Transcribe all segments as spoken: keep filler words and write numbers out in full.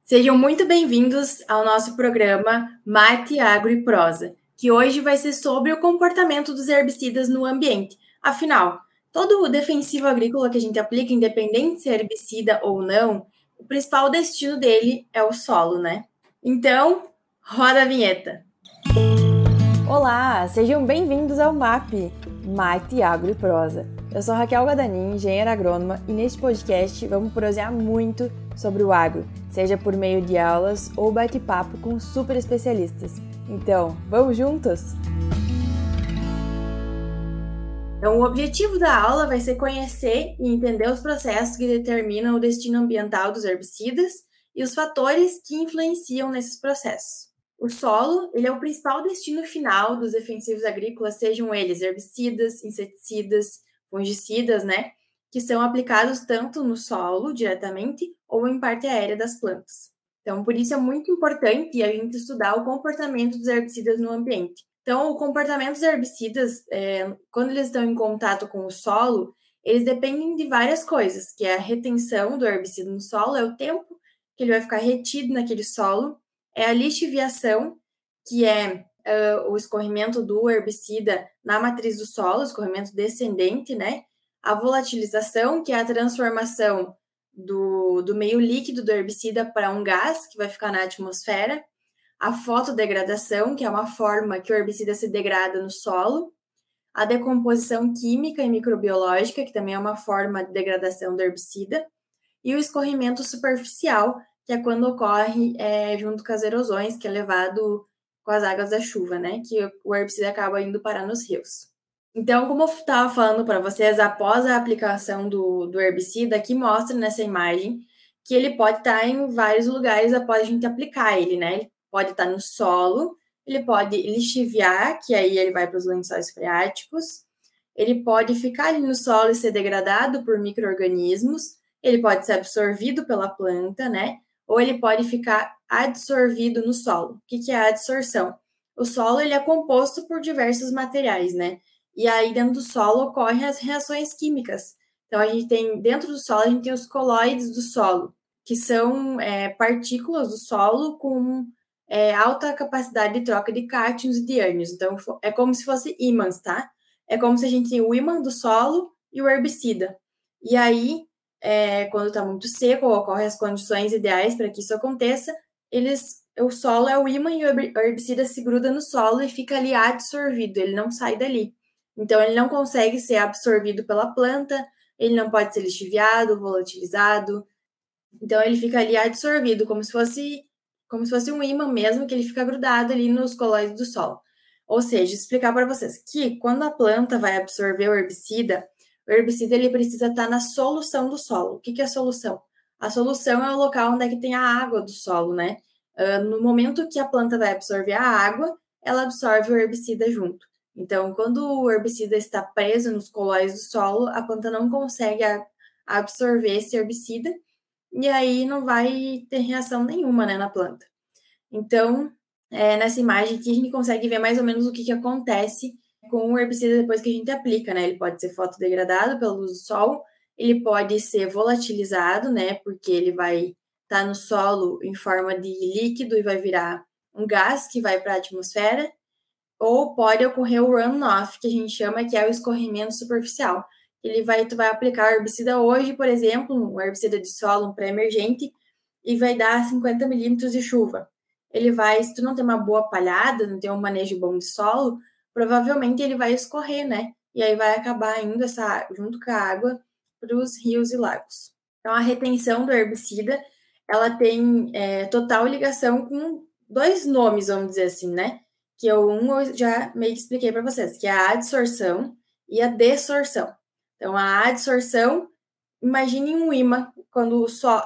Sejam muito bem-vindos ao nosso programa Mate, Agro e Prosa, que hoje vai ser sobre o comportamento dos herbicidas no ambiente. Afinal, todo o defensivo agrícola que a gente aplica, independente se é herbicida ou não, o principal destino dele é o solo, né? Então, roda a vinheta. Olá, sejam bem-vindos ao M A P, Mate, Agro e Prosa. Eu sou Raquel Guadanin, engenheira agrônoma, e neste podcast vamos prosear muito sobre o agro, seja por meio de aulas ou bate-papo com super especialistas. Então, vamos juntos? Então, o objetivo da aula vai ser conhecer e entender os processos que determinam o destino ambiental dos herbicidas e os fatores que influenciam nesses processos. O solo, ele é o principal destino final dos defensivos agrícolas, sejam eles herbicidas, inseticidas, fungicidas, né? Que são aplicados tanto no solo, diretamente, ou em parte aérea das plantas. Então, por isso é muito importante a gente estudar o comportamento dos herbicidas no ambiente. Então, o comportamento dos herbicidas, é, quando eles estão em contato com o solo, eles dependem de várias coisas, que é a retenção do herbicida no solo, é o tempo que ele vai ficar retido naquele solo, é a lixiviação, que é uh, o escorrimento do herbicida na matriz do solo, escorrimento descendente, né? A volatilização, que é a transformação do, do meio líquido do herbicida para um gás, que vai ficar na atmosfera. A fotodegradação, que é uma forma que o herbicida se degrada no solo. A decomposição química e microbiológica, que também é uma forma de degradação do herbicida. E o escorrimento superficial, que é quando ocorre é, junto com as erosões, que é levado com as águas da chuva, né? Que o herbicida acaba indo parar nos rios. Então, como eu estava falando para vocês, após a aplicação do, do herbicida, aqui mostra nessa imagem que ele pode estar em vários lugares após a gente aplicar ele, né? Ele pode estar no solo, ele pode lixiviar, que aí ele vai para os lençóis freáticos, ele pode ficar ali no solo e ser degradado por micro-organismos, ele pode ser absorvido pela planta, né? Ou ele pode ficar adsorvido no solo. O que, que é a adsorção? O solo ele é composto por diversos materiais, né? E aí, dentro do solo, ocorrem as reações químicas. Então, a gente tem, dentro do solo, a gente tem os colóides do solo, que são é, partículas do solo com é, alta capacidade de troca de cátions e de ânions. Então, é como se fosse ímãs, tá? É como se a gente tem o ímã do solo e o herbicida. E aí, é, quando está muito seco, ou ocorrem as condições ideais para que isso aconteça, eles, o solo é o ímã e o herbicida se gruda no solo e fica ali adsorvido, ele não sai dali. Então, ele não consegue ser absorvido pela planta, ele não pode ser lixiviado, volatilizado. Então, ele fica ali absorvido, como se fosse, como se fosse um ímã mesmo, que ele fica grudado ali nos colóides do solo. Ou seja, explicar para vocês que quando a planta vai absorver o herbicida, o herbicida ele precisa estar na solução do solo. O que, que é a solução? A solução é o local onde é que tem a água do solo, né? Uh, no momento que a planta vai absorver a água, ela absorve o herbicida junto. Então, quando o herbicida está preso nos colóides do solo, a planta não consegue a, absorver esse herbicida e aí não vai ter reação nenhuma, né, na planta. Então, é, nessa imagem aqui a gente consegue ver mais ou menos o que, que acontece com o herbicida depois que a gente aplica, né? Ele pode ser fotodegradado pela luz do sol, ele pode ser volatilizado, né? Porque ele vai estar tá no solo em forma de líquido e vai virar um gás que vai para a atmosfera, ou pode ocorrer o runoff, que a gente chama que é o escorrimento superficial. Ele vai, tu vai aplicar herbicida hoje, por exemplo, um herbicida de solo, um pré-emergente, e vai dar cinquenta milímetros de chuva. Ele vai, se tu não tem uma boa palhada, não tem um manejo bom de solo, provavelmente ele vai escorrer, né? E aí vai acabar indo essa, junto com a água para os rios e lagos. Então, a retenção do herbicida, ela tem é, total ligação com dois nomes, vamos dizer assim, né? Que eu, um eu já meio que expliquei para vocês, que é a adsorção e a dessorção. Então, a adsorção, imagine um ímã, quando o, so,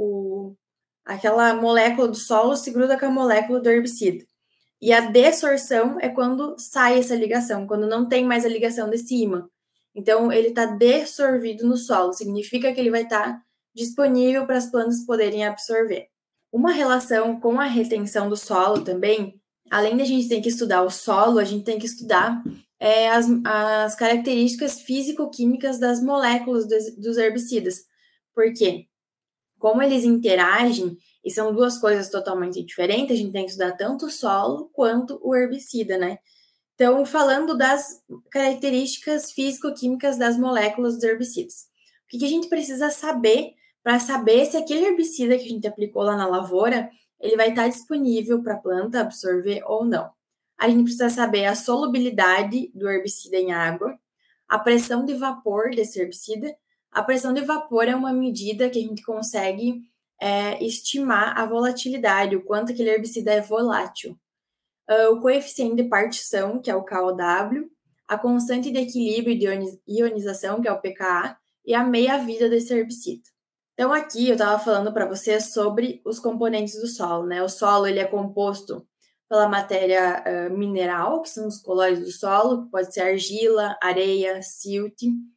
o, aquela molécula do solo se gruda com a molécula do herbicida. E a dessorção é quando sai essa ligação, quando não tem mais a ligação desse ímã. Então, ele está dessorvido no solo, significa que ele vai estar tá disponível para as plantas poderem absorver. Uma relação com a retenção do solo também, além de a gente ter que estudar o solo, a gente tem que estudar é, as, as características físico-químicas das moléculas dos, dos herbicidas. Por quê? Como eles interagem, E são duas coisas totalmente diferentes, a gente tem que estudar tanto o solo quanto o herbicida, né? Então, falando das características físico-químicas das moléculas dos herbicidas. O que, que a gente precisa saber para saber se aquele herbicida que a gente aplicou lá na lavoura, ele vai estar disponível para a planta absorver ou não? A gente precisa saber a solubilidade do herbicida em água, a pressão de vapor desse herbicida. A pressão de vapor é uma medida que a gente consegue é, estimar a volatilidade, o quanto aquele herbicida é volátil. Uh, o coeficiente de partição, que é o K O W, a constante de equilíbrio e de ionização, que é o P K A, e a meia-vida desse herbicida. Então, aqui eu estava falando para vocês sobre os componentes do solo, né? O solo ele é composto pela matéria uh, mineral, que são os colóides do solo, que pode ser argila, areia, silt,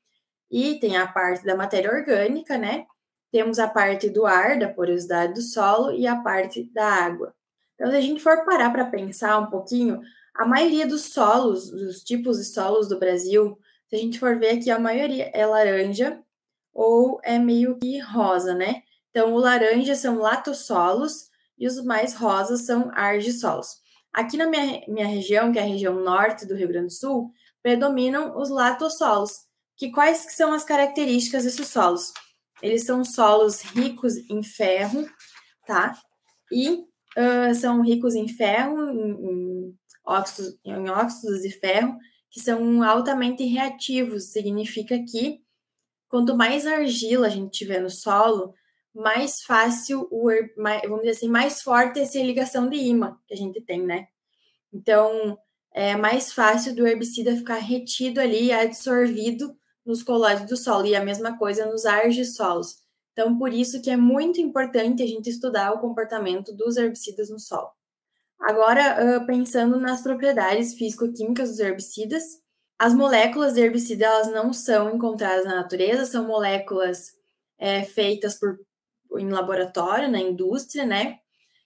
e tem a parte da matéria orgânica, né? Temos a parte do ar, da porosidade do solo, e a parte da água. Então, se a gente for parar para pensar um pouquinho, a maioria dos solos, dos tipos de solos do Brasil, se a gente for ver aqui, a maioria é laranja ou é meio que rosa, né? Então, o laranja são latossolos e os mais rosas são argissolos. Aqui na minha, minha região, que é a região norte do Rio Grande do Sul, predominam os latossolos. Que quais que são as características desses solos? Eles são solos ricos em ferro, tá? E Uh, são ricos em ferro, em, em, óxidos, em óxidos de ferro, que são altamente reativos. Significa que quanto mais argila a gente tiver no solo, mais fácil, o, mais, vamos dizer assim, mais forte essa ligação de ímã que a gente tem, né? Então, é mais fácil do herbicida ficar retido ali, absorvido nos colóides do solo. E a mesma coisa nos argissolos. Então, por isso que é muito importante a gente estudar o comportamento dos herbicidas no solo. Agora, pensando nas propriedades físico-químicas dos herbicidas, as moléculas de herbicida elas não são encontradas na natureza, são moléculas é, feitas por, em laboratório, na indústria, né?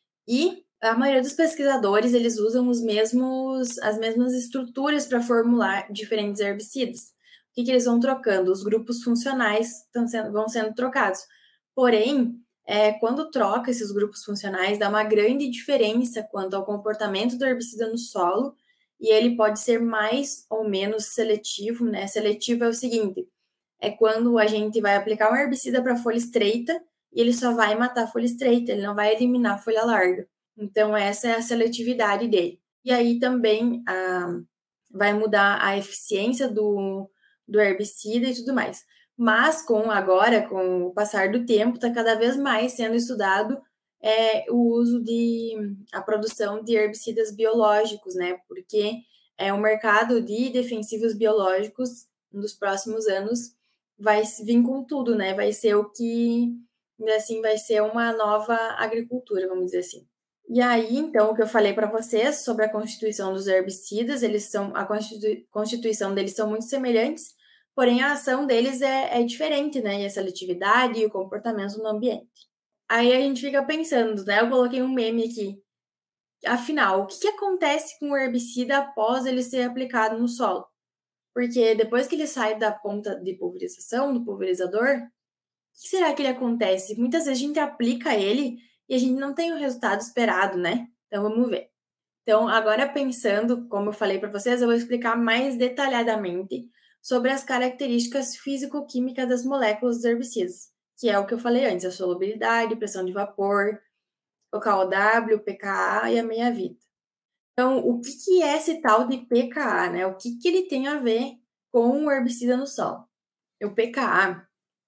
E a maioria dos pesquisadores eles usam os mesmos, as mesmas estruturas para formular diferentes herbicidas. O que, que eles vão trocando? Os grupos funcionais sendo, vão sendo trocados. Porém, é, quando troca esses grupos funcionais, dá uma grande diferença quanto ao comportamento do herbicida no solo, e ele pode ser mais ou menos seletivo, né? Seletivo é o seguinte, é quando a gente vai aplicar um herbicida para folha estreita, e ele só vai matar a folha estreita, ele não vai eliminar a folha larga. Então, essa é a seletividade dele. E aí também ah, vai mudar a eficiência do, do herbicida e tudo mais. Mas com agora, com o passar do tempo, está cada vez mais sendo estudado é, o uso de a produção de herbicidas biológicos, né? Porque é o mercado de defensivos biológicos nos próximos anos vai vir com tudo, né? Vai ser o que assim vai ser uma nova agricultura, vamos dizer assim. E aí, então, o que eu falei para vocês sobre a constituição dos herbicidas, eles são a constitu, constituição deles são muito semelhantes. Porém, a ação deles é, é diferente, né? E a seletividade e o comportamento no ambiente. Aí a gente fica pensando, né? Eu coloquei um meme aqui. Afinal, o que, que acontece com o herbicida após ele ser aplicado no solo? Porque depois que ele sai da ponta de pulverização, do pulverizador, o que será que ele acontece? Muitas vezes a gente aplica ele e a gente não tem o resultado esperado, né? Então, vamos ver. Então, agora pensando, como eu falei para vocês, eu vou explicar mais detalhadamente sobre as características físico-químicas das moléculas dos herbicidas, que é o que eu falei antes, a solubilidade, pressão de vapor, o K O W, o P K A e a meia-vida. Então, o que, que é esse tal de P K A, né? O que, que ele tem a ver com o herbicida no solo? O P K A,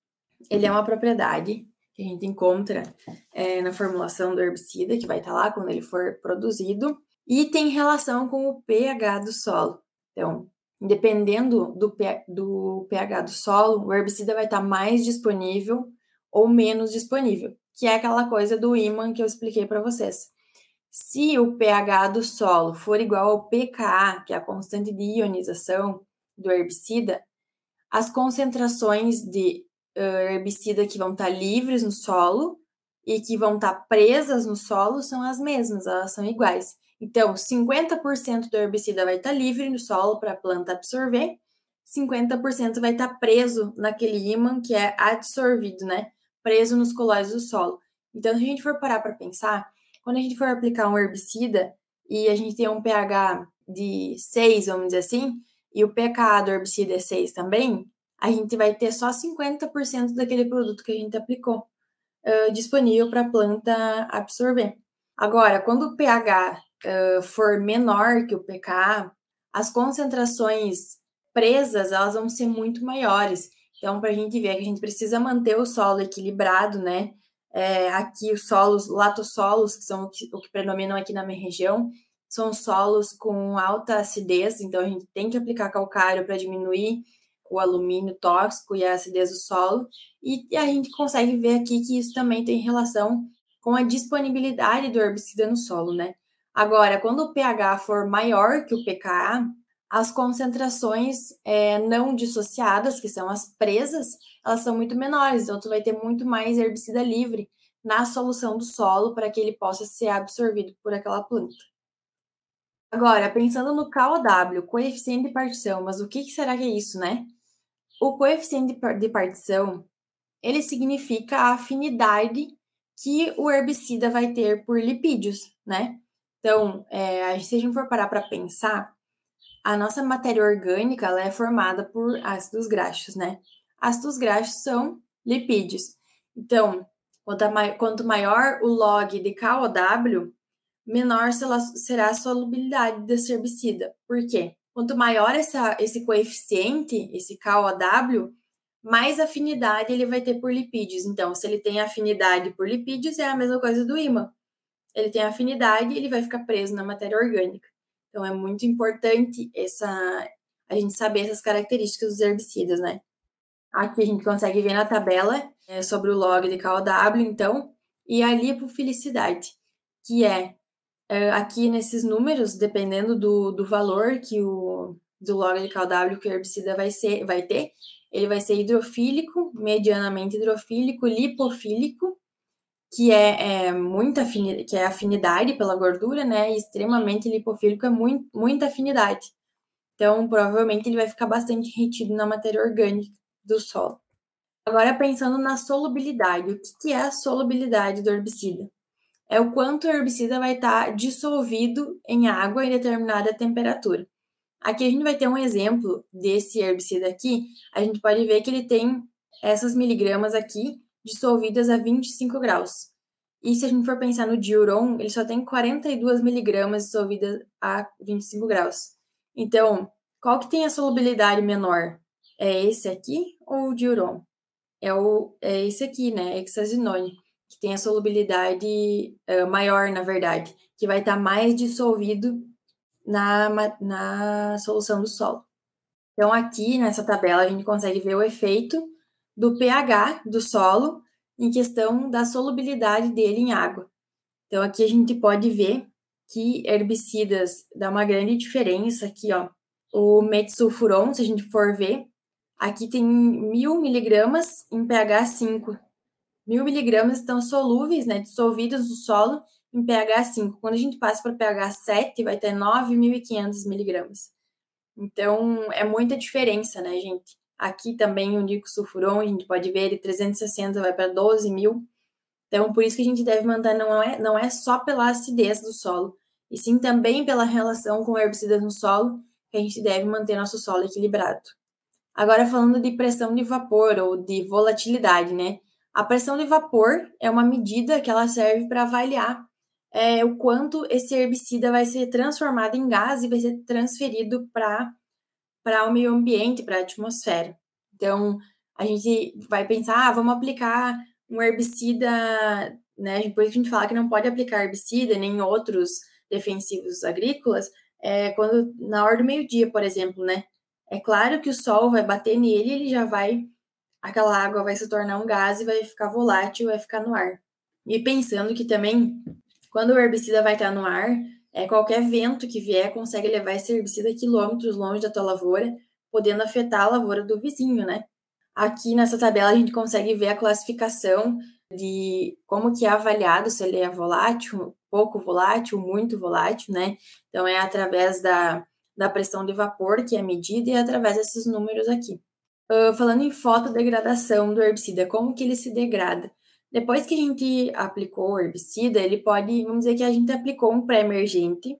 ele é uma propriedade que a gente encontra é, na formulação do herbicida, que vai estar lá quando ele for produzido, e tem relação com o pH do solo. Então, dependendo do, do pH do solo, o herbicida vai estar mais disponível ou menos disponível, que é aquela coisa do ímã que eu expliquei para vocês. Se o pH do solo for igual ao P K A, que é a constante de ionização do herbicida, as concentrações de uh, herbicida que vão estar livres no solo e que vão estar presas no solo são as mesmas, elas são iguais. Então, cinquenta por cento do herbicida vai estar livre no solo para a planta absorver, cinquenta por cento vai estar preso naquele ímã que é absorvido, né? Preso nos colóides do solo. Então, se a gente for parar para pensar, quando a gente for aplicar um herbicida e a gente tem um pH de seis, vamos dizer assim, e o pKa do herbicida é seis também, a gente vai ter só cinquenta por cento daquele produto que a gente aplicou uh, disponível para a planta absorver. Agora, quando o pH uh, for menor que o pKa, as concentrações presas elas vão ser muito maiores. Então, para a gente ver que a gente precisa manter o solo equilibrado, né? É, aqui os solos latossolos, que são o que, o que predominam aqui na minha região, são solos com alta acidez, então a gente tem que aplicar calcário para diminuir o alumínio tóxico e a acidez do solo, e a gente consegue ver aqui que isso também tem relação com a disponibilidade do herbicida no solo, né? Agora, quando o pH for maior que o pKa, as concentrações é, não dissociadas, que são as presas, elas são muito menores, então tu vai ter muito mais herbicida livre na solução do solo para que ele possa ser absorvido por aquela planta. Agora, pensando no K O W, coeficiente de partição, mas o que, que será que é isso, né? O coeficiente de partição, ele significa a afinidade que o herbicida vai ter por lipídios, né? Então, é, se a gente for parar para pensar, a nossa matéria orgânica ela é formada por ácidos graxos, né? Ácidos graxos são lipídios. Então, quanto, a, quanto maior o log de K O W, menor será a solubilidade desse herbicida. Por quê? Quanto maior essa, esse coeficiente, esse K O W, mais afinidade ele vai ter por lipídios. Então, se ele tem afinidade por lipídios, é a mesma coisa do ímã. Ele tem afinidade e ele vai ficar preso na matéria orgânica. Então, é muito importante essa, a gente saber essas características dos herbicidas, né? Aqui a gente consegue ver na tabela é, sobre o log de K O W, então, e a lipofilicidade, que é, é aqui nesses números, dependendo do, do valor que o do log de K O W que o herbicida vai, ser, vai ter, ele vai ser hidrofílico, medianamente hidrofílico, lipofílico, que é, é muita afinidade, que é afinidade pela gordura, né? E extremamente lipofílico é muito, muita afinidade. Então, provavelmente ele vai ficar bastante retido na matéria orgânica do solo. Agora, pensando na solubilidade, o que, que é a solubilidade do herbicida? É o quanto o herbicida vai estar dissolvido em água em determinada temperatura. Aqui a gente vai ter um exemplo desse herbicida aqui. A gente pode ver que ele tem essas miligramas aqui dissolvidas a vinte e cinco graus. E se a gente for pensar no diuron, ele só tem quarenta e duas miligramas dissolvidas a vinte e cinco graus. Então, qual que tem a solubilidade menor? É esse aqui ou o diuron? É, o, é esse aqui, né? Hexazinone, que tem a solubilidade uh, maior, na verdade, que vai estar mais dissolvido na, na solução do solo. Então, aqui nessa tabela, a gente consegue ver o efeito do pH do solo em questão da solubilidade dele em água. Então, aqui a gente pode ver que herbicidas dá uma grande diferença aqui, ó. O metsulfuron, se a gente for ver, aqui tem mil miligramas em pH cinco. Mil miligramas estão solúveis, né, dissolvidos no solo em pH cinco. Quando a gente passa para pH sete, vai ter nove mil e quinhentos miligramas. Então, é muita diferença, né, gente? Aqui também o dicosulfuron, a gente pode ver ele trezentos e sessenta vai para doze mil. Então, por isso que a gente deve manter, não é, não é só pela acidez do solo, e sim também pela relação com herbicidas no solo, que a gente deve manter nosso solo equilibrado. Agora, falando de pressão de vapor ou de volatilidade, né? A pressão de vapor é uma medida que ela serve para avaliar é, o quanto esse herbicida vai ser transformado em gás e vai ser transferido para para o meio ambiente, para a atmosfera. Então, a gente vai pensar, ah, vamos aplicar um herbicida, né? Depois que a gente fala que não pode aplicar herbicida nem outros defensivos agrícolas, é quando na hora do meio-dia, por exemplo, né? É claro que o sol vai bater nele, ele já vai, aquela água vai se tornar um gás e vai ficar volátil, vai ficar no ar. E pensando que também, quando o herbicida vai estar no ar, é, qualquer vento que vier consegue levar esse herbicida quilômetros longe da tua lavoura, podendo afetar a lavoura do vizinho, né? Aqui nessa tabela a gente consegue ver a classificação de como que é avaliado se ele é volátil, pouco volátil, muito volátil, né? Então, é através da, da pressão de vapor que é medida e é através desses números aqui. Uh, falando em fotodegradação do herbicida, como que ele se degrada? Depois que a gente aplicou o herbicida, ele pode, vamos dizer que a gente aplicou um pré-emergente,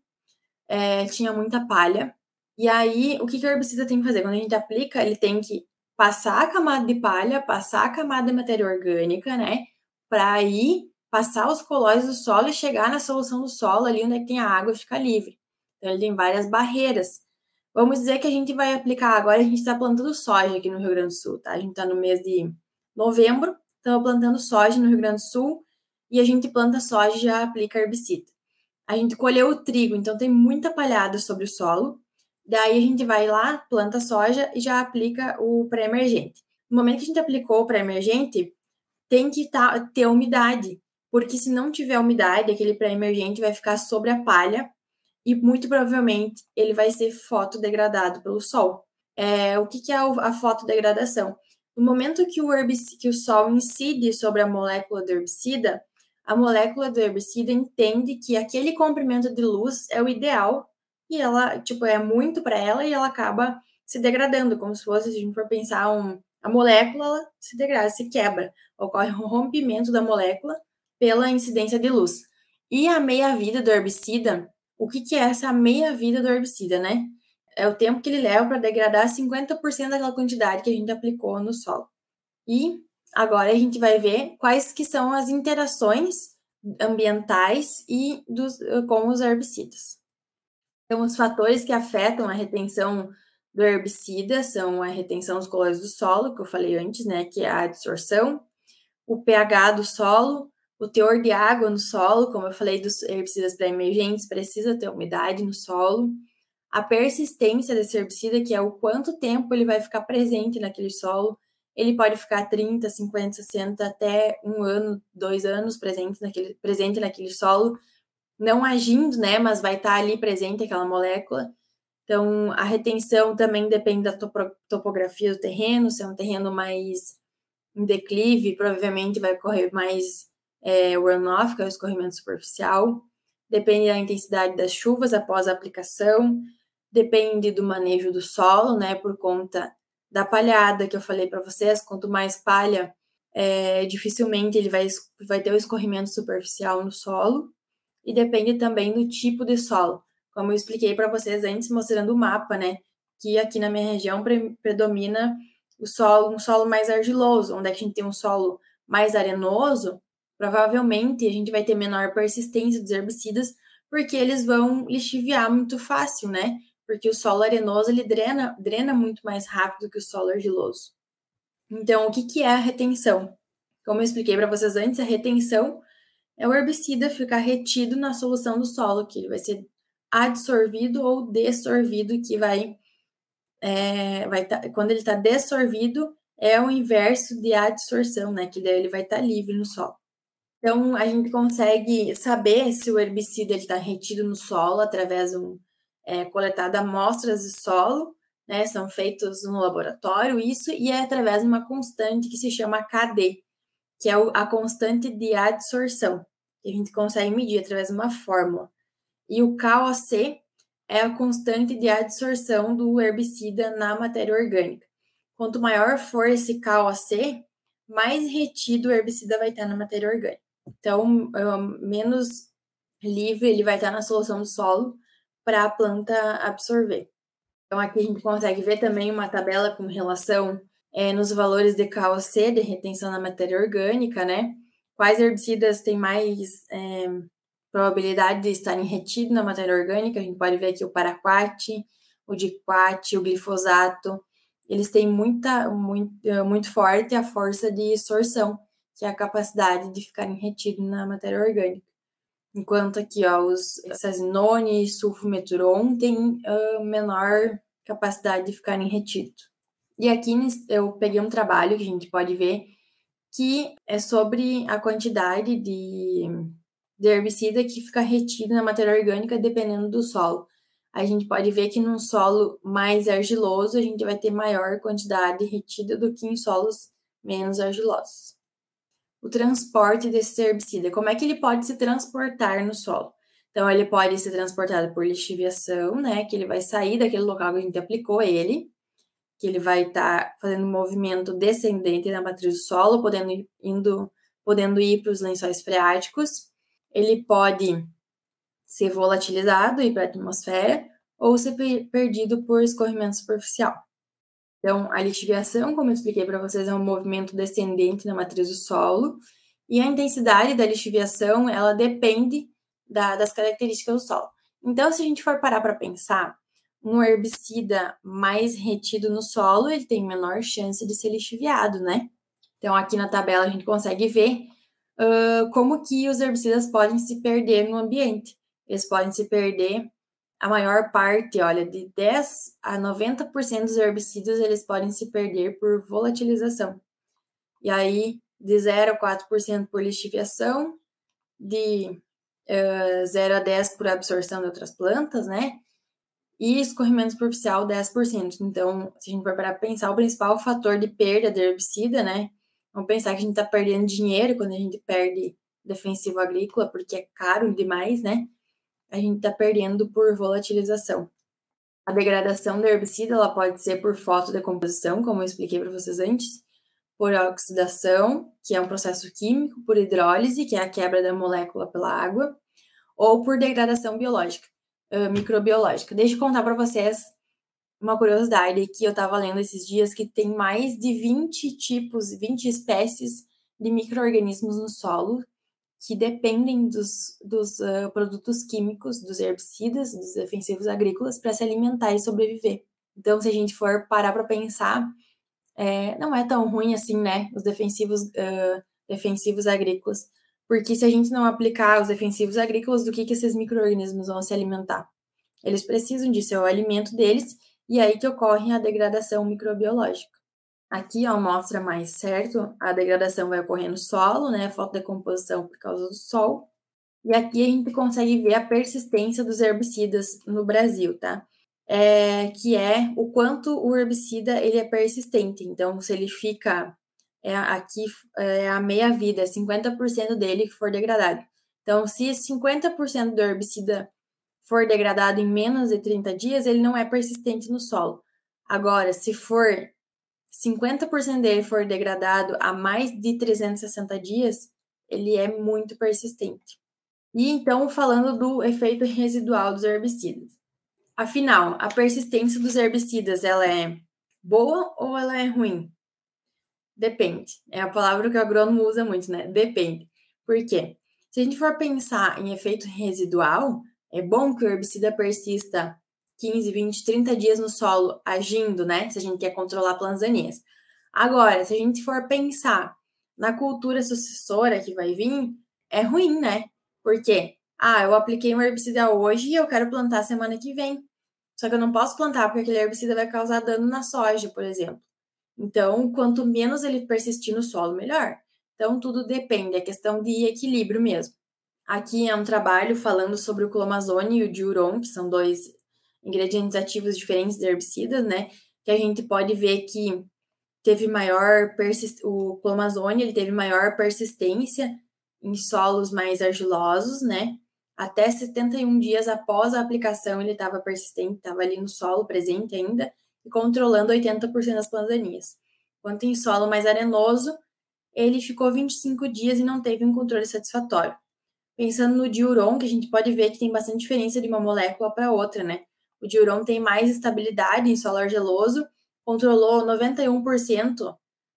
é, tinha muita palha, e aí o que, que o herbicida tem que fazer? Quando a gente aplica, ele tem que passar a camada de palha, passar a camada de matéria orgânica, né, para aí passar os colóides do solo e chegar na solução do solo, ali onde é que tem a água, e ficar livre. Então, ele tem várias barreiras. Vamos dizer que a gente vai aplicar agora, a gente está plantando soja aqui no Rio Grande do Sul, tá? A gente está no mês de novembro, estamos plantando soja no Rio Grande do Sul, e a gente planta soja e já aplica herbicida. A gente colheu o trigo, então tem muita palhada sobre o solo, daí a gente vai lá, planta soja e já aplica o pré-emergente. No momento que a gente aplicou o pré-emergente, tem que tá, ter umidade, porque se não tiver umidade, aquele pré-emergente vai ficar sobre a palha, e muito provavelmente ele vai ser fotodegradado pelo sol. É, o que, que é a fotodegradação? No momento que o, herbicida, que o sol incide sobre a molécula do herbicida, a molécula do herbicida entende que aquele comprimento de luz é o ideal e ela, tipo, é muito para ela e ela acaba se degradando, como se fosse, se a gente for pensar, um, a molécula ela se degrada, se quebra, ocorre um rompimento da molécula pela incidência de luz. E a meia-vida do herbicida, o que, que é essa meia-vida do herbicida, né? É o tempo que ele leva para degradar cinquenta por cento daquela quantidade que a gente aplicou no solo. E agora a gente vai ver quais que são as interações ambientais e dos, com os herbicidas. Então, os fatores que afetam a retenção do herbicida são a retenção dos colóides do solo, que eu falei antes, né, que é a adsorção, o pH do solo, o teor de água no solo, como eu falei dos herbicidas pré-emergentes, precisa ter umidade no solo, a persistência desse herbicida, que é o quanto tempo ele vai ficar presente naquele solo. Ele pode ficar trinta, cinquenta, sessenta, até um ano, dois anos presente naquele, presente naquele solo, não agindo, né, mas vai estar ali presente aquela molécula. Então, a retenção também depende da topo, topografia do terreno, se é um terreno mais em declive, provavelmente vai ocorrer mais é, runoff, que é o escorrimento superficial. Depende da intensidade das chuvas após a aplicação, depende do manejo do solo, né, por conta da palhada que eu falei para vocês. Quanto mais palha, é, dificilmente ele vai, vai ter o escorrimento superficial no solo, e depende também do tipo de solo. Como eu expliquei para vocês antes, mostrando o mapa, né, que aqui na minha região pre predomina o solo, um solo mais argiloso, onde é que a gente tem um solo mais arenoso, provavelmente a gente vai ter menor persistência dos herbicidas, porque eles vão lixiviar muito fácil, né? Porque o solo arenoso, ele drena, drena muito mais rápido que o solo argiloso. Então, o que, que é a retenção? Como eu expliquei para vocês antes, a retenção é o herbicida ficar retido na solução do solo, que ele vai ser adsorvido ou dessorvido, que vai É, vai tá, quando ele está dessorvido, é o inverso de adsorção, né? Que daí ele vai estar tá livre no solo. Então, a gente consegue saber se o herbicida está retido no solo através de um, é, coletar amostras de solo, né? São feitos no laboratório, isso, e é através de uma constante que se chama K D, que é a constante de adsorção, que a gente consegue medir através de uma fórmula. E o K O C é a constante de adsorção do herbicida na matéria orgânica. Quanto maior for esse K O C, mais retido o herbicida vai estar na matéria orgânica. Então, menos livre ele vai estar na solução do solo para a planta absorver. Então, aqui a gente consegue ver também uma tabela com relação é, nos valores de K O C, de retenção na matéria orgânica, né? Quais herbicidas têm mais é, probabilidade de estarem retidos na matéria orgânica? A gente pode ver aqui o paraquat, o diquat, o glifosato. Eles têm muita, muito, muito forte a força de sorção, que é a capacidade de ficarem retidos na matéria orgânica. Enquanto aqui, ó, os sazinone e sulfometuron têm uh, menor capacidade de ficarem retidos. E aqui eu peguei um trabalho que a gente pode ver que é sobre a quantidade de, de herbicida que fica retido na matéria orgânica dependendo do solo. A gente pode ver que num solo mais argiloso a gente vai ter maior quantidade retida do que em solos menos argilosos. O transporte desse herbicida, como é que ele pode se transportar no solo? Então, ele pode ser transportado por lixiviação, né, que ele vai sair daquele local que a gente aplicou ele, que ele vai estar tá fazendo um movimento descendente na matriz do solo, podendo indo podendo ir para os lençóis freáticos. Ele pode ser volatilizado e ir para a atmosfera ou ser perdido por escorrimento superficial. Então, a lixiviação, como eu expliquei para vocês, é um movimento descendente na matriz do solo, e a intensidade da lixiviação, ela depende da, das características do solo. Então, se a gente for parar para pensar, um herbicida mais retido no solo, ele tem menor chance de ser lixiviado, né? Então, aqui na tabela a gente consegue ver uh, como que os herbicidas podem se perder no ambiente. Eles podem se perder, a maior parte, olha, de dez a noventa por cento dos herbicidas, eles podem se perder por volatilização. E aí, de zero a quatro por cento por lixiviação, de uh, zero a dez por cento por absorção de outras plantas, né? E escorrimento superficial, dez por cento. Então, se a gente for parar para pensar, o principal fator de perda de herbicida, né? Vamos pensar que a gente está perdendo dinheiro quando a gente perde defensivo agrícola, porque é caro demais, né? A gente está perdendo por volatilização. A degradação do herbicida, ela pode ser por fotodecomposição, como eu expliquei para vocês antes, por oxidação, que é um processo químico, por hidrólise, que é a quebra da molécula pela água, ou por degradação biológica, uh, microbiológica. Deixa eu contar para vocês uma curiosidade que eu estava lendo esses dias, que tem mais de vinte tipos, vinte espécies de micro-organismos no solo que dependem dos, dos uh, produtos químicos, dos herbicidas, dos defensivos agrícolas para se alimentar e sobreviver. Então, se a gente for parar para pensar, é, não é tão ruim assim, né, os defensivos, uh, defensivos agrícolas, porque se a gente não aplicar os defensivos agrícolas, do que, que esses micro-organismos vão se alimentar? Eles precisam disso, é o alimento deles, e aí que ocorre a degradação microbiológica. Aqui, ó, mostra mais certo, a degradação vai ocorrer no solo, né, a fotodecomposição por causa do sol, e aqui a gente consegue ver a persistência dos herbicidas no Brasil, tá? É, que é o quanto o herbicida ele é persistente. Então, se ele fica é, aqui é a meia-vida, é cinquenta por cento dele que for degradado. Então, se cinquenta por cento do herbicida for degradado em menos de trinta dias, ele não é persistente no solo. Agora, se for cinquenta por cento dele for degradado a mais de trezentos e sessenta dias, ele é muito persistente. E então, falando do efeito residual dos herbicidas. Afinal, a persistência dos herbicidas, ela é boa ou ela é ruim? Depende. É a palavra que o agrônomo usa muito, né? Depende. Por quê? Se a gente for pensar em efeito residual, é bom que o herbicida persista quinze, vinte, trinta dias no solo agindo, né? Se a gente quer controlar plantas daninhas. Agora, se a gente for pensar na cultura sucessora que vai vir, é ruim, né? Por quê? Ah, eu apliquei um herbicida hoje e eu quero plantar semana que vem. Só que eu não posso plantar porque aquele herbicida vai causar dano na soja, por exemplo. Então, quanto menos ele persistir no solo, melhor. Então, tudo depende, é questão de equilíbrio mesmo. Aqui é um trabalho falando sobre o clomazone e o diuron, que são dois ingredientes ativos diferentes de herbicidas, né? Que a gente pode ver que teve maior persist... o clomazone, ele teve maior persistência em solos mais argilosos, né? Até setenta e um dias após a aplicação, ele estava persistente, estava ali no solo, presente ainda, e controlando oitenta por cento das plantas daninhas. Enquanto em solo mais arenoso, ele ficou vinte e cinco dias e não teve um controle satisfatório. Pensando no diuron, que a gente pode ver que tem bastante diferença de uma molécula para outra, né? O diuron tem mais estabilidade em solo argiloso, controlou noventa e um por cento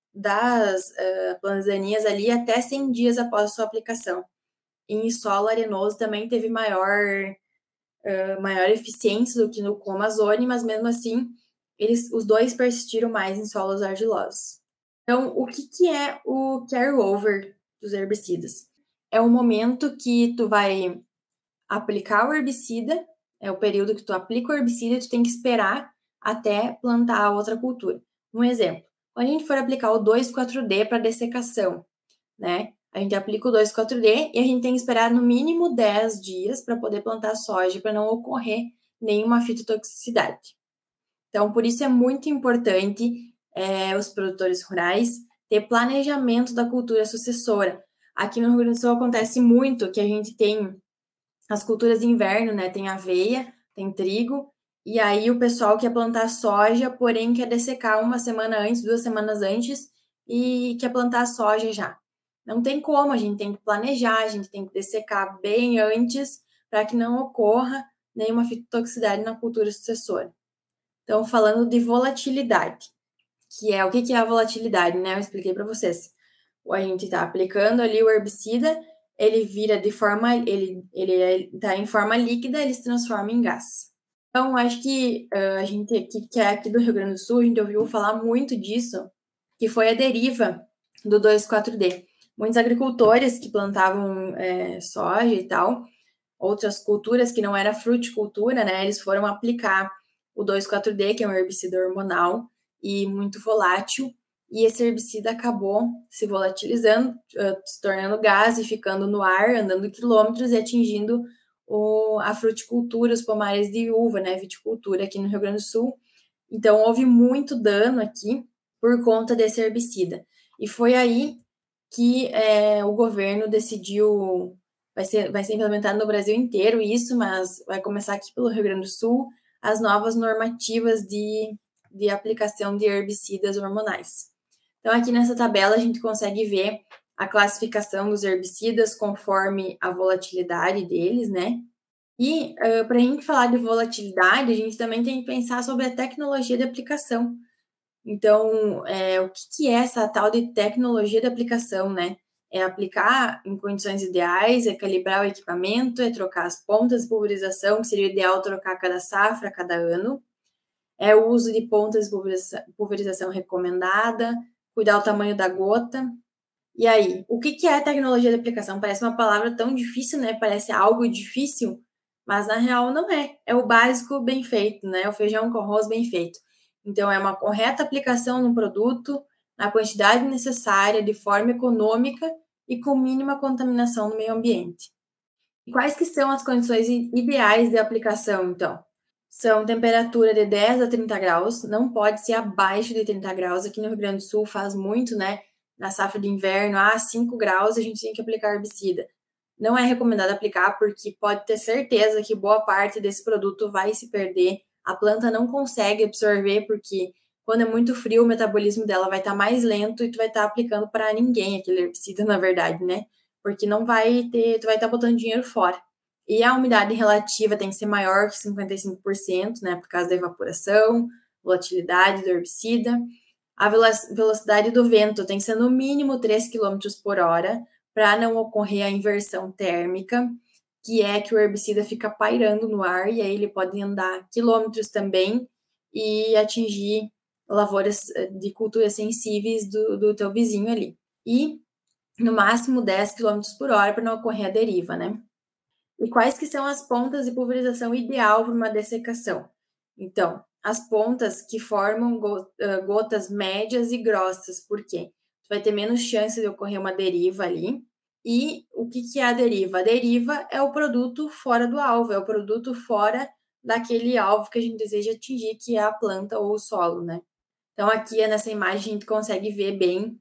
das uh, plantas daninhas ali até cem dias após a sua aplicação. E em solo arenoso também teve maior, uh, maior eficiência do que no clomazone, mas mesmo assim, eles, os dois persistiram mais em solos argilosos. Então, o que, que é o carry-over dos herbicidas? É o momento que tu vai aplicar o herbicida, é o período que tu aplica o herbicida e tu tem que esperar até plantar a outra cultura. Um exemplo, quando a gente for aplicar o dois quatro D para dessecação, né? A gente aplica o dois quatro D e a gente tem que esperar no mínimo dez dias para poder plantar soja, para não ocorrer nenhuma fitotoxicidade. Então, por isso é muito importante é, os produtores rurais ter planejamento da cultura sucessora. Aqui no Rio Grande do Sul acontece muito que a gente tem as culturas de inverno, né? Tem aveia, tem trigo, e aí o pessoal quer plantar soja, porém quer dessecar uma semana antes, duas semanas antes, e quer plantar soja já. Não tem como, a gente tem que planejar, a gente tem que dessecar bem antes para que não ocorra nenhuma fitotoxicidade na cultura sucessora. Então, falando de volatilidade, que é o que é a volatilidade, né? Eu expliquei para vocês. A gente está aplicando ali o herbicida, ele vira de forma, ele ele está em forma líquida, ele se transforma em gás. Então, acho que uh, a gente aqui, que é aqui do Rio Grande do Sul, a gente ouviu falar muito disso, que foi a deriva do dois quatro D. Muitos agricultores que plantavam é, soja e tal, outras culturas que não era fruticultura, né? Eles foram aplicar o dois quatro D, que é um herbicida hormonal e muito volátil, e esse herbicida acabou se volatilizando, uh, se tornando gás e ficando no ar, andando quilômetros e atingindo o, a fruticultura, os pomares de uva, né? Viticultura aqui no Rio Grande do Sul. Então, houve muito dano aqui por conta desse herbicida. E foi aí que é, o governo decidiu, vai ser, vai ser implementado no Brasil inteiro isso, mas vai começar aqui pelo Rio Grande do Sul, as novas normativas de, de aplicação de herbicidas hormonais. Então, aqui nessa tabela, a gente consegue ver a classificação dos herbicidas conforme a volatilidade deles, né? E uh, para a gente falar de volatilidade, a gente também tem que pensar sobre a tecnologia de aplicação. Então, é, o que, que é essa tal de tecnologia de aplicação, né? É aplicar em condições ideais, é calibrar o equipamento, é trocar as pontas de pulverização, que seria o ideal trocar cada safra, cada ano. É o uso de pontas de pulverização, pulverização recomendada, cuidar do tamanho da gota. E aí, o que, que é tecnologia de aplicação? Parece uma palavra tão difícil, né? Parece algo difícil, mas na real não é. É o básico bem feito, né? O feijão com arroz bem feito. Então, é uma correta aplicação no produto, na quantidade necessária, de forma econômica e com mínima contaminação no meio ambiente. E quais que são as condições ideais de aplicação, então? São temperatura de dez a trinta graus, não pode ser abaixo de trinta graus. Aqui no Rio Grande do Sul faz muito, né? Na safra de inverno, a cinco graus, a gente tem que aplicar herbicida. Não é recomendado aplicar porque pode ter certeza que boa parte desse produto vai se perder. A planta não consegue absorver porque quando é muito frio o metabolismo dela vai estar mais lento e tu vai estar aplicando para ninguém aquele herbicida, na verdade, né? Porque não vai ter, tu vai estar botando dinheiro fora. E a umidade relativa tem que ser maior que cinquenta e cinco por cento, né? Por causa da evaporação, volatilidade do herbicida. A velocidade do vento tem que ser no mínimo três quilômetros por hora para não ocorrer a inversão térmica, que é que o herbicida fica pairando no ar e aí ele pode andar quilômetros também e atingir lavouras de culturas sensíveis do, do teu vizinho ali. E no máximo dez quilômetros por hora para não ocorrer a deriva, né? E quais que são as pontas de pulverização ideal para uma dessecação? Então, as pontas que formam gotas médias e grossas, por quê? Tu vai ter menos chance de ocorrer uma deriva ali. E o que, que é a deriva? A deriva é o produto fora do alvo, é o produto fora daquele alvo que a gente deseja atingir, que é a planta ou o solo, né? Então, aqui nessa imagem a gente consegue ver bem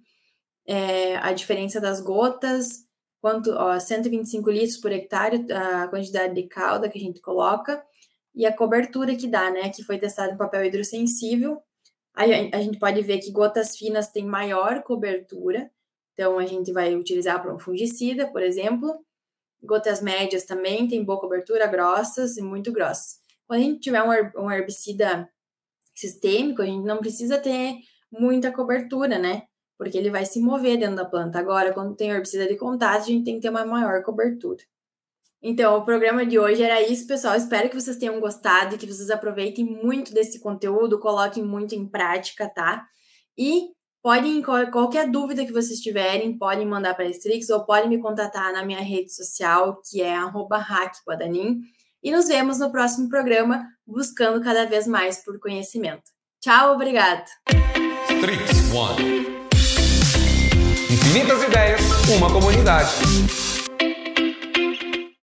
é, a diferença das gotas, quanto, ó, cento e vinte e cinco litros por hectare, a quantidade de calda que a gente coloca, e a cobertura que dá, né? Que foi testado em papel hidrossensível. A, a gente pode ver que gotas finas têm maior cobertura, então a gente vai utilizar para um fungicida, por exemplo. Gotas médias também têm boa cobertura, grossas e muito grossas. Quando a gente tiver um herbicida sistêmico, a gente não precisa ter muita cobertura, né? Porque ele vai se mover dentro da planta. Agora, quando tem herbicida de contato, a gente tem que ter uma maior cobertura. Então, o programa de hoje era isso, pessoal. Espero que vocês tenham gostado e que vocês aproveitem muito desse conteúdo, coloquem muito em prática, tá? E podem, qualquer dúvida que vocês tiverem, podem mandar para a Strix ou podem me contatar na minha rede social, que é arroba hackguadanin. E nos vemos no próximo programa, buscando cada vez mais por conhecimento. Tchau, obrigado! Strix One. Infinitas ideias, uma comunidade.